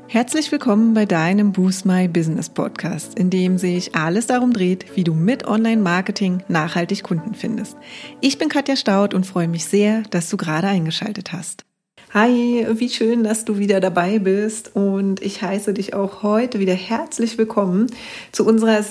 Herzlich willkommen bei deinem Boost My Business Podcast, in dem sich alles darum dreht, wie du mit Online-Marketing nachhaltig Kunden findest. Ich bin Katja Staud und freue mich sehr, dass du gerade eingeschaltet hast. Hi, wie schön, dass du wieder dabei bist und ich heiße dich auch heute wieder herzlich willkommen zu unserer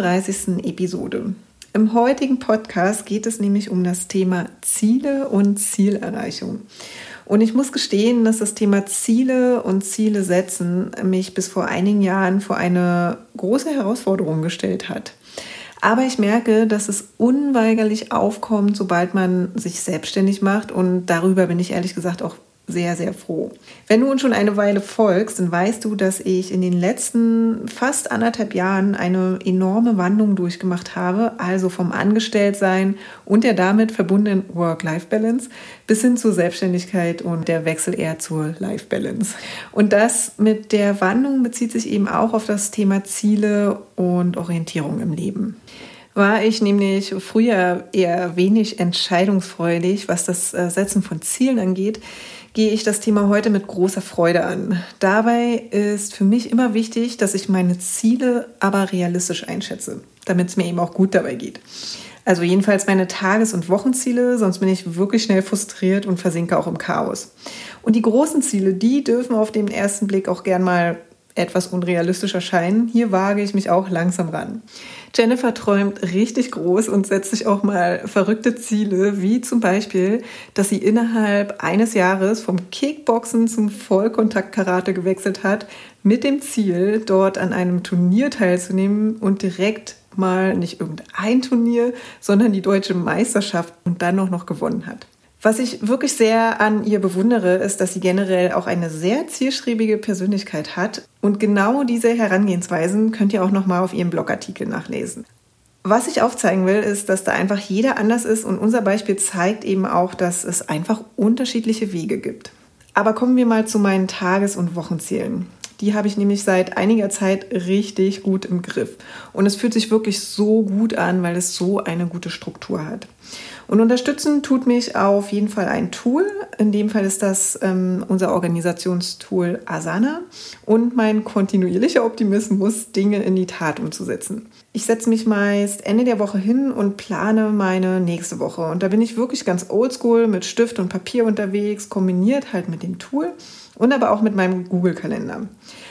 37. Episode. Im heutigen Podcast geht es nämlich um das Thema Ziele und Zielerreichung. Und ich muss gestehen, dass das Thema Ziele und Ziele setzen mich bis vor einigen Jahren vor eine große Herausforderung gestellt hat. Aber ich merke, dass es unweigerlich aufkommt, sobald man sich selbstständig macht. Und darüber bin ich ehrlich gesagt auch sehr, sehr froh. Wenn du uns schon eine Weile folgst, dann weißt du, dass ich in den letzten fast 1,5 Jahren eine enorme Wandlung durchgemacht habe, also vom Angestelltsein und der damit verbundenen Work-Life-Balance bis hin zur Selbstständigkeit und der Wechsel eher zur Life-Balance. Und das mit der Wandlung bezieht sich eben auch auf das Thema Ziele und Orientierung im Leben. War ich nämlich früher eher wenig entscheidungsfreudig, was das Setzen von Zielen angeht, gehe ich das Thema heute mit großer Freude an. Dabei ist für mich immer wichtig, dass ich meine Ziele aber realistisch einschätze, damit es mir eben auch gut dabei geht. Also jedenfalls meine Tages- und Wochenziele, sonst bin ich wirklich schnell frustriert und versinke auch im Chaos. Und die großen Ziele, die dürfen auf den ersten Blick auch gern mal etwas unrealistisch erscheinen. Hier wage ich mich auch langsam ran. Jennifer träumt richtig groß und setzt sich auch mal verrückte Ziele, wie zum Beispiel, dass sie innerhalb eines Jahres vom Kickboxen zum Vollkontakt-Karate gewechselt hat, mit dem Ziel, dort an einem Turnier teilzunehmen und direkt mal nicht irgendein Turnier, sondern die deutsche Meisterschaft und dann auch noch gewonnen hat. Was ich wirklich sehr an ihr bewundere, ist, dass sie generell auch eine sehr zielstrebige Persönlichkeit hat. Und genau diese Herangehensweisen könnt ihr auch nochmal auf ihrem Blogartikel nachlesen. Was ich aufzeigen will, ist, dass da einfach jeder anders ist und unser Beispiel zeigt eben auch, dass es einfach unterschiedliche Wege gibt. Aber kommen wir mal zu meinen Tages- und Wochenzielen. Die habe ich nämlich seit einiger Zeit richtig gut im Griff. Und es fühlt sich wirklich so gut an, weil es so eine gute Struktur hat. Und unterstützen tut mich auf jeden Fall ein Tool. In dem Fall ist das unser Organisationstool Asana und mein kontinuierlicher Optimismus, Dinge in die Tat umzusetzen. Ich setze mich meist Ende der Woche hin und plane meine nächste Woche. Und da bin ich wirklich ganz oldschool mit Stift und Papier unterwegs, kombiniert halt mit dem Tool und aber auch mit meinem Google-Kalender.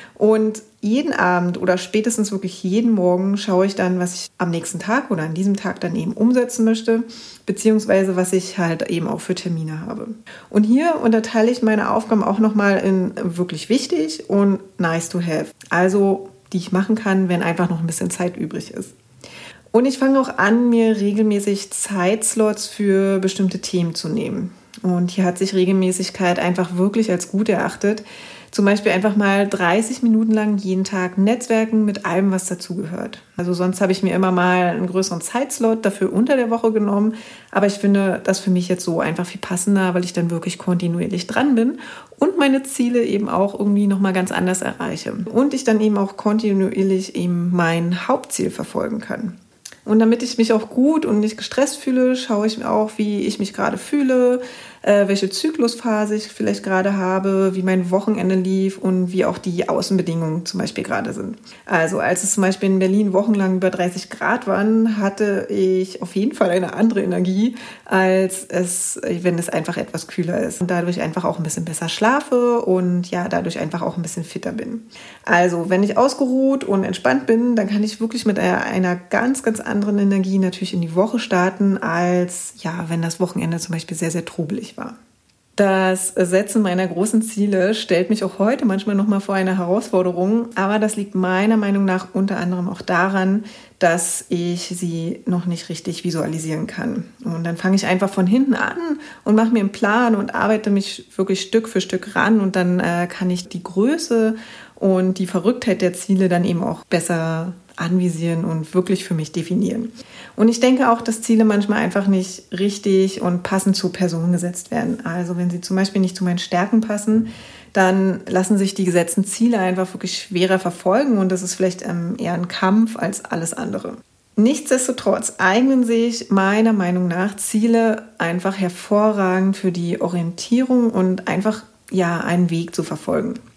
Und jeden Abend oder spätestens wirklich jeden Morgen schaue ich dann, was ich am nächsten Tag oder an diesem Tag dann eben umsetzen möchte, beziehungsweise was ich halt eben auch für Termine habe. Und hier unterteile ich meine Aufgaben auch nochmal in wirklich wichtig und nice to have. Also, die ich machen kann, wenn einfach noch ein bisschen Zeit übrig ist. Und ich fange auch an, mir regelmäßig Zeitslots für bestimmte Themen zu nehmen. Und hier hat sich Regelmäßigkeit einfach wirklich als gut erachtet. Zum Beispiel einfach mal 30 Minuten lang jeden Tag Netzwerken mit allem, was dazugehört. Also sonst habe ich mir immer mal einen größeren Zeitslot dafür unter der Woche genommen. Aber ich finde das für mich jetzt so einfach viel passender, weil ich dann wirklich kontinuierlich dran bin und meine Ziele eben auch irgendwie nochmal ganz anders erreiche. Und ich dann eben auch kontinuierlich eben mein Hauptziel verfolgen kann. Und damit ich mich auch gut und nicht gestresst fühle, schaue ich mir auch, wie ich mich gerade fühle, welche Zyklusphase ich vielleicht gerade habe, wie mein Wochenende lief und wie auch die Außenbedingungen zum Beispiel gerade sind. Also als es zum Beispiel in Berlin wochenlang über 30 Grad waren, hatte ich auf jeden Fall eine andere Energie, als wenn es einfach etwas kühler ist. Und dadurch einfach auch ein bisschen besser schlafe und ja, dadurch einfach auch ein bisschen fitter bin. Also wenn ich ausgeruht und entspannt bin, dann kann ich wirklich mit einer ganz, ganz anderen Energie natürlich in die Woche starten, als ja, wenn das Wochenende zum Beispiel sehr, sehr trubelig war. Das Setzen meiner großen Ziele stellt mich auch heute manchmal nochmal vor eine Herausforderung, aber das liegt meiner Meinung nach unter anderem auch daran, dass ich sie noch nicht richtig visualisieren kann. Und dann fange ich einfach von hinten an und mache mir einen Plan und arbeite mich wirklich Stück für Stück ran und dann kann ich die Größe und die Verrücktheit der Ziele dann eben auch besser anvisieren und wirklich für mich definieren. Und ich denke auch, dass Ziele manchmal einfach nicht richtig und passend zur Person gesetzt werden. Also wenn sie zum Beispiel nicht zu meinen Stärken passen, dann lassen sich die gesetzten Ziele einfach wirklich schwerer verfolgen und das ist vielleicht eher ein Kampf als alles andere. Nichtsdestotrotz eignen sich meiner Meinung nach Ziele einfach hervorragend für die Orientierung und einfach einen Weg zu verfolgen.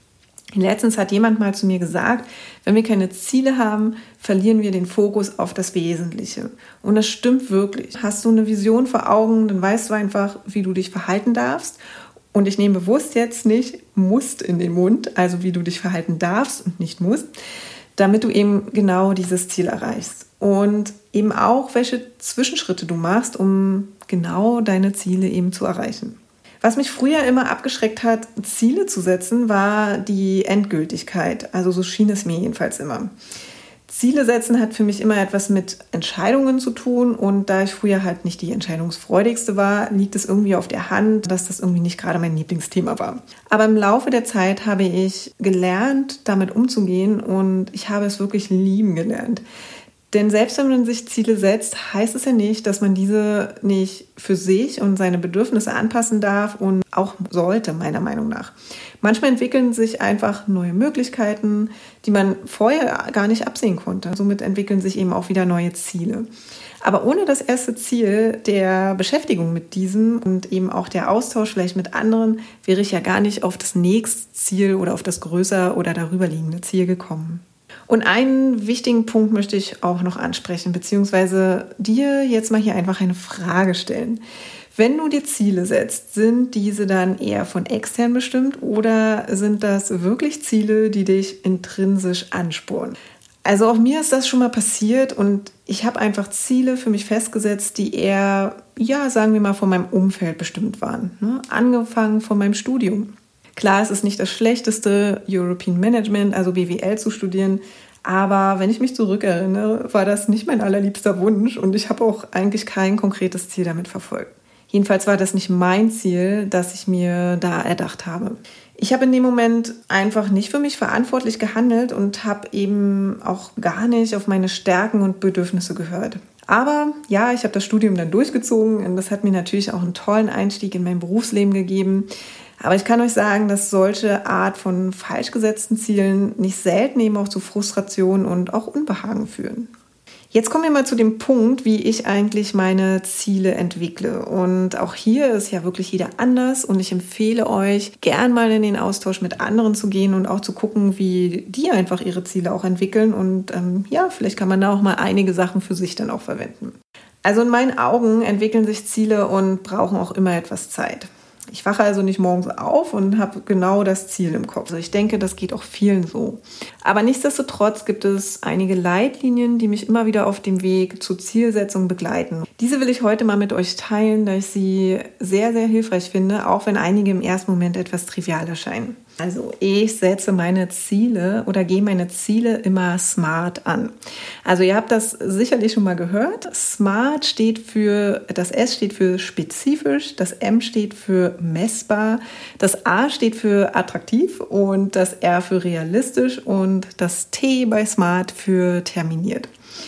Letztens hat jemand mal zu mir gesagt, wenn wir keine Ziele haben, verlieren wir den Fokus auf das Wesentliche. Und das stimmt wirklich. Hast du eine Vision vor Augen, dann weißt du einfach, wie du dich verhalten darfst. Und ich nehme bewusst jetzt nicht musst in den Mund, also wie du dich verhalten darfst und nicht musst, damit du eben genau dieses Ziel erreichst. Und eben auch, welche Zwischenschritte du machst, um genau deine Ziele eben zu erreichen. Was mich früher immer abgeschreckt hat, Ziele zu setzen, war die Endgültigkeit. Also so schien es mir jedenfalls immer. Ziele setzen hat für mich immer etwas mit Entscheidungen zu tun. Und da ich früher halt nicht die entscheidungsfreudigste war, liegt es irgendwie auf der Hand, dass das irgendwie nicht gerade mein Lieblingsthema war. Aber im Laufe der Zeit habe ich gelernt, damit umzugehen und ich habe es wirklich lieben gelernt. Denn selbst wenn man sich Ziele setzt, heißt es ja nicht, dass man diese nicht für sich und seine Bedürfnisse anpassen darf und auch sollte, meiner Meinung nach. Manchmal entwickeln sich einfach neue Möglichkeiten, die man vorher gar nicht absehen konnte. Somit entwickeln sich eben auch wieder neue Ziele. Aber ohne das erste Ziel der Beschäftigung mit diesem und eben auch der Austausch vielleicht mit anderen, wäre ich ja gar nicht auf das nächste Ziel oder auf das größer oder darüber liegende Ziel gekommen. Und einen wichtigen Punkt möchte ich auch noch ansprechen, beziehungsweise dir jetzt mal hier einfach eine Frage stellen. Wenn du dir Ziele setzt, sind diese dann eher von extern bestimmt oder sind das wirklich Ziele, die dich intrinsisch anspornen? Also auch mir ist das schon mal passiert und ich habe einfach Ziele für mich festgesetzt, die eher, sagen wir mal, von meinem Umfeld bestimmt waren. Angefangen von meinem Studium. Klar, es ist nicht das schlechteste, European Management, also BWL zu studieren, aber wenn ich mich zurückerinnere, war das nicht mein allerliebster Wunsch und ich habe auch eigentlich kein konkretes Ziel damit verfolgt. Jedenfalls war das nicht mein Ziel, das ich mir da erdacht habe. Ich habe in dem Moment einfach nicht für mich verantwortlich gehandelt und habe eben auch gar nicht auf meine Stärken und Bedürfnisse gehört. Aber ja, ich habe das Studium dann durchgezogen und das hat mir natürlich auch einen tollen Einstieg in mein Berufsleben gegeben. Aber ich kann euch sagen, dass solche Art von falsch gesetzten Zielen nicht selten eben auch zu Frustration und auch Unbehagen führen. Jetzt kommen wir mal zu dem Punkt, wie ich eigentlich meine Ziele entwickle. Und auch hier ist ja wirklich jeder anders und ich empfehle euch, gern mal in den Austausch mit anderen zu gehen und auch zu gucken, wie die einfach ihre Ziele auch entwickeln. Und vielleicht kann man da auch mal einige Sachen für sich dann auch verwenden. Also in meinen Augen entwickeln sich Ziele und brauchen auch immer etwas Zeit. Ich wache also nicht morgens auf und habe genau das Ziel im Kopf. Also ich denke, das geht auch vielen so. Aber nichtsdestotrotz gibt es einige Leitlinien, die mich immer wieder auf dem Weg zur Zielsetzung begleiten. Diese will ich heute mal mit euch teilen, da ich sie sehr, sehr hilfreich finde, auch wenn einige im ersten Moment etwas trivial erscheinen. Also ich setze meine Ziele oder gehe meine Ziele immer SMART an. Also ihr habt das sicherlich schon mal gehört. SMART steht für, das S steht für spezifisch, das M steht für messbar, das A steht für attraktiv und das R für realistisch und das T bei SMART für terminiert.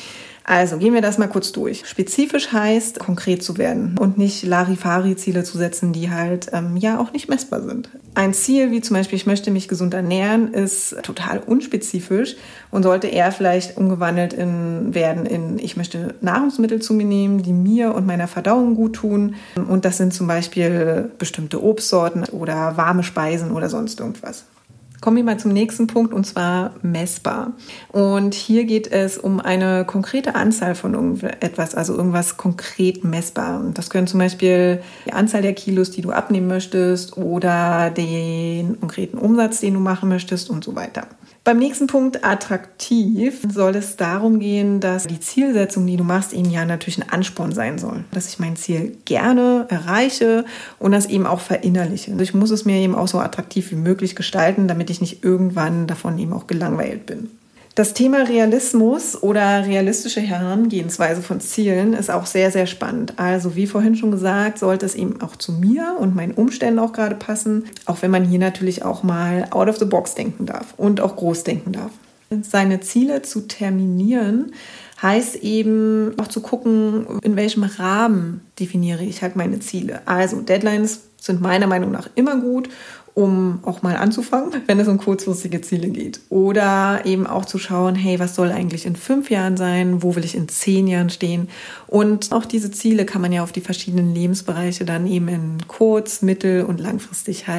Also gehen wir das mal kurz durch. Spezifisch heißt, konkret zu werden und nicht Larifari-Ziele zu setzen, die halt auch nicht messbar sind. Ein Ziel, wie zum Beispiel, ich möchte mich gesund ernähren, ist total unspezifisch und sollte eher vielleicht umgewandelt werden in, ich möchte Nahrungsmittel zu mir nehmen, die mir und meiner Verdauung gut tun. Und das sind zum Beispiel bestimmte Obstsorten oder warme Speisen oder sonst irgendwas. Kommen wir mal zum nächsten Punkt und zwar messbar. Und hier geht es um eine konkrete Anzahl von irgendetwas, also irgendwas konkret messbar. Und das können zum Beispiel die Anzahl der Kilos, die du abnehmen möchtest oder den konkreten Umsatz, den du machen möchtest und so weiter. Beim nächsten Punkt, attraktiv, soll es darum gehen, dass die Zielsetzung, die du machst, eben ja natürlich ein Ansporn sein soll. Dass ich mein Ziel gerne erreiche und das eben auch verinnerliche. Also ich muss es mir eben auch so attraktiv wie möglich gestalten, damit ich nicht irgendwann davon eben auch gelangweilt bin. Das Thema Realismus oder realistische Herangehensweise von Zielen ist auch sehr, sehr spannend. Also wie vorhin schon gesagt, sollte es eben auch zu mir und meinen Umständen auch gerade passen, auch wenn man hier natürlich auch mal out of the box denken darf und auch groß denken darf. Seine Ziele zu terminieren heißt eben auch zu gucken, in welchem Rahmen definiere ich halt meine Ziele. Also Deadlines sind meiner Meinung nach immer gut, um auch mal anzufangen, wenn es um kurzfristige Ziele geht. Oder eben auch zu schauen, hey, was soll eigentlich in 5 Jahren sein? Wo will ich in 10 Jahren stehen? Und auch diese Ziele kann man ja auf die verschiedenen Lebensbereiche dann eben in kurz-, mittel- und langfristig halt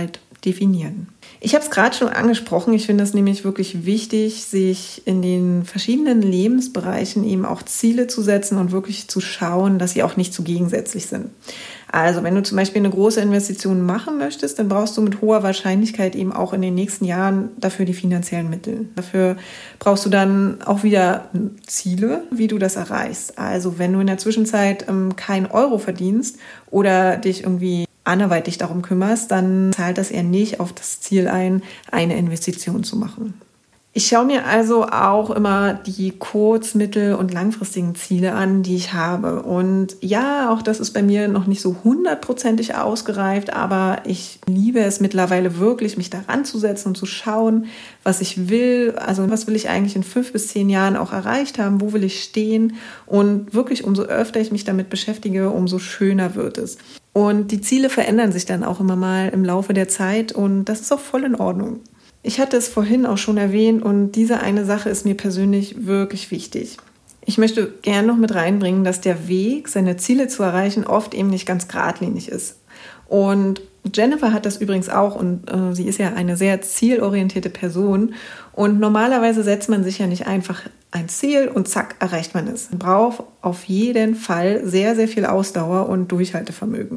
definieren. Ich habe es gerade schon angesprochen, ich finde es nämlich wirklich wichtig, sich in den verschiedenen Lebensbereichen eben auch Ziele zu setzen und wirklich zu schauen, dass sie auch nicht zu gegensätzlich sind. Also wenn du zum Beispiel eine große Investition machen möchtest, dann brauchst du mit hoher Wahrscheinlichkeit eben auch in den nächsten Jahren dafür die finanziellen Mittel. Dafür brauchst du dann auch wieder Ziele, wie du das erreichst. Also wenn du in der Zwischenzeit keinen Euro verdienst oder dich irgendwie anderweitig darum kümmerst, dann zahlt das eher nicht auf das Ziel ein, eine Investition zu machen. Ich schaue mir also auch immer die kurz-, mittel- und langfristigen Ziele an, die ich habe. Und ja, auch das ist bei mir noch nicht so 100%ig ausgereift, aber ich liebe es mittlerweile wirklich, mich daran zu setzen und zu schauen, was ich will. Also was will ich eigentlich in 5 bis 10 Jahren auch erreicht haben? Wo will ich stehen? Und wirklich, umso öfter ich mich damit beschäftige, umso schöner wird es. Und die Ziele verändern sich dann auch immer mal im Laufe der Zeit und das ist auch voll in Ordnung. Ich hatte es vorhin auch schon erwähnt und diese eine Sache ist mir persönlich wirklich wichtig. Ich möchte gerne noch mit reinbringen, dass der Weg, seine Ziele zu erreichen, oft eben nicht ganz geradlinig ist. Und Jennifer hat das übrigens auch und sie ist ja eine sehr zielorientierte Person. Und normalerweise setzt man sich ja nicht einfach ein Ziel und zack, erreicht man es. Man braucht auf jeden Fall sehr, sehr viel Ausdauer und Durchhaltevermögen.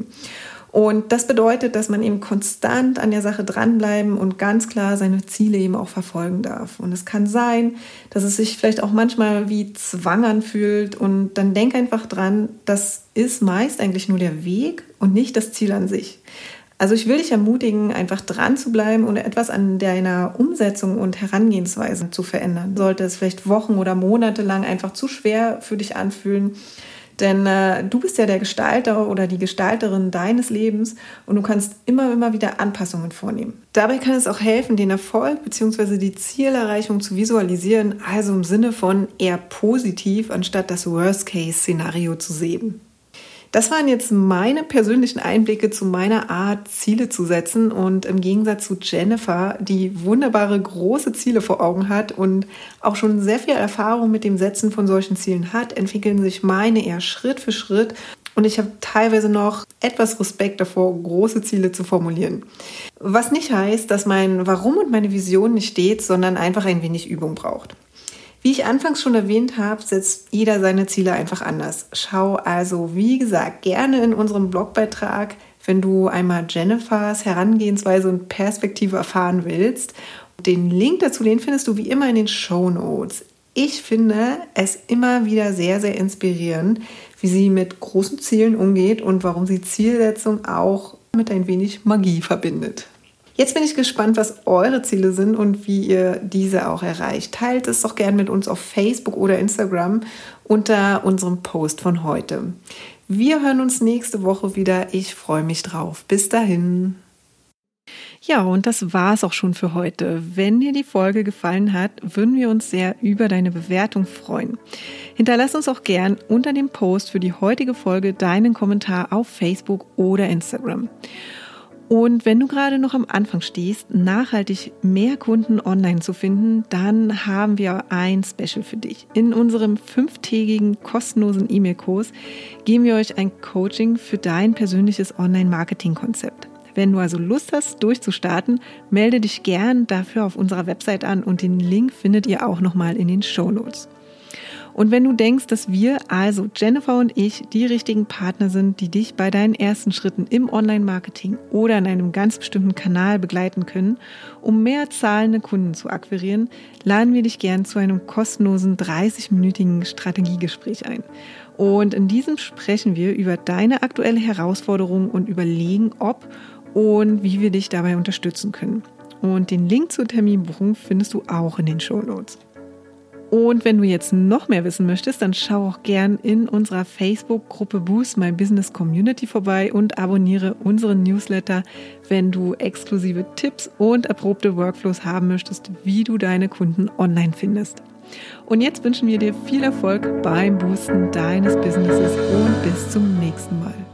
Und das bedeutet, dass man eben konstant an der Sache dranbleiben und ganz klar seine Ziele eben auch verfolgen darf. Und es kann sein, dass es sich vielleicht auch manchmal wie Zwang anfühlt. Und dann denk einfach dran, das ist meist eigentlich nur der Weg und nicht das Ziel an sich. Also ich will dich ermutigen, einfach dran zu bleiben und etwas an deiner Umsetzung und Herangehensweise zu verändern. Sollte es vielleicht Wochen oder Monate lang einfach zu schwer für dich anfühlen, denn du bist ja der Gestalter oder die Gestalterin deines Lebens und du kannst immer wieder Anpassungen vornehmen. Dabei kann es auch helfen, den Erfolg bzw. die Zielerreichung zu visualisieren, also im Sinne von eher positiv, anstatt das Worst-Case-Szenario zu sehen. Das waren jetzt meine persönlichen Einblicke zu meiner Art, Ziele zu setzen. Und im Gegensatz zu Jennifer, die wunderbare große Ziele vor Augen hat und auch schon sehr viel Erfahrung mit dem Setzen von solchen Zielen hat, entwickeln sich meine eher Schritt für Schritt. Und ich habe teilweise noch etwas Respekt davor, große Ziele zu formulieren. Was nicht heißt, dass mein Warum und meine Vision nicht steht, sondern einfach ein wenig Übung braucht. Wie ich anfangs schon erwähnt habe, setzt jeder seine Ziele einfach anders. Schau also, wie gesagt, gerne in unserem Blogbeitrag, wenn du einmal Jennifers Herangehensweise und Perspektive erfahren willst. Den Link dazu, den findest du wie immer in den Shownotes. Ich finde es immer wieder sehr, sehr inspirierend, wie sie mit großen Zielen umgeht und warum sie Zielsetzung auch mit ein wenig Magie verbindet. Jetzt bin ich gespannt, was eure Ziele sind und wie ihr diese auch erreicht. Teilt es doch gerne mit uns auf Facebook oder Instagram unter unserem Post von heute. Wir hören uns nächste Woche wieder. Ich freue mich drauf. Bis dahin. Ja, und das war es auch schon für heute. Wenn dir die Folge gefallen hat, würden wir uns sehr über deine Bewertung freuen. Hinterlass uns auch gern unter dem Post für die heutige Folge deinen Kommentar auf Facebook oder Instagram. Und wenn du gerade noch am Anfang stehst, nachhaltig mehr Kunden online zu finden, dann haben wir ein Special für dich. In unserem 5-tägigen kostenlosen E-Mail-Kurs geben wir euch ein Coaching für dein persönliches Online-Marketing-Konzept. Wenn du also Lust hast, durchzustarten, melde dich gern dafür auf unserer Website an und den Link findet ihr auch nochmal in den Shownotes. Und wenn du denkst, dass wir, also Jennifer und ich, die richtigen Partner sind, die dich bei deinen ersten Schritten im Online-Marketing oder in einem ganz bestimmten Kanal begleiten können, um mehr zahlende Kunden zu akquirieren, laden wir dich gern zu einem kostenlosen 30-minütigen Strategiegespräch ein. Und in diesem sprechen wir über deine aktuelle Herausforderung und überlegen, ob und wie wir dich dabei unterstützen können. Und den Link zur Terminbuchung findest du auch in den Shownotes. Und wenn du jetzt noch mehr wissen möchtest, dann schau auch gern in unserer Facebook-Gruppe Boost My Business Community vorbei und abonniere unseren Newsletter, wenn du exklusive Tipps und erprobte Workflows haben möchtest, wie du deine Kunden online findest. Und jetzt wünschen wir dir viel Erfolg beim Boosten deines Businesses und bis zum nächsten Mal.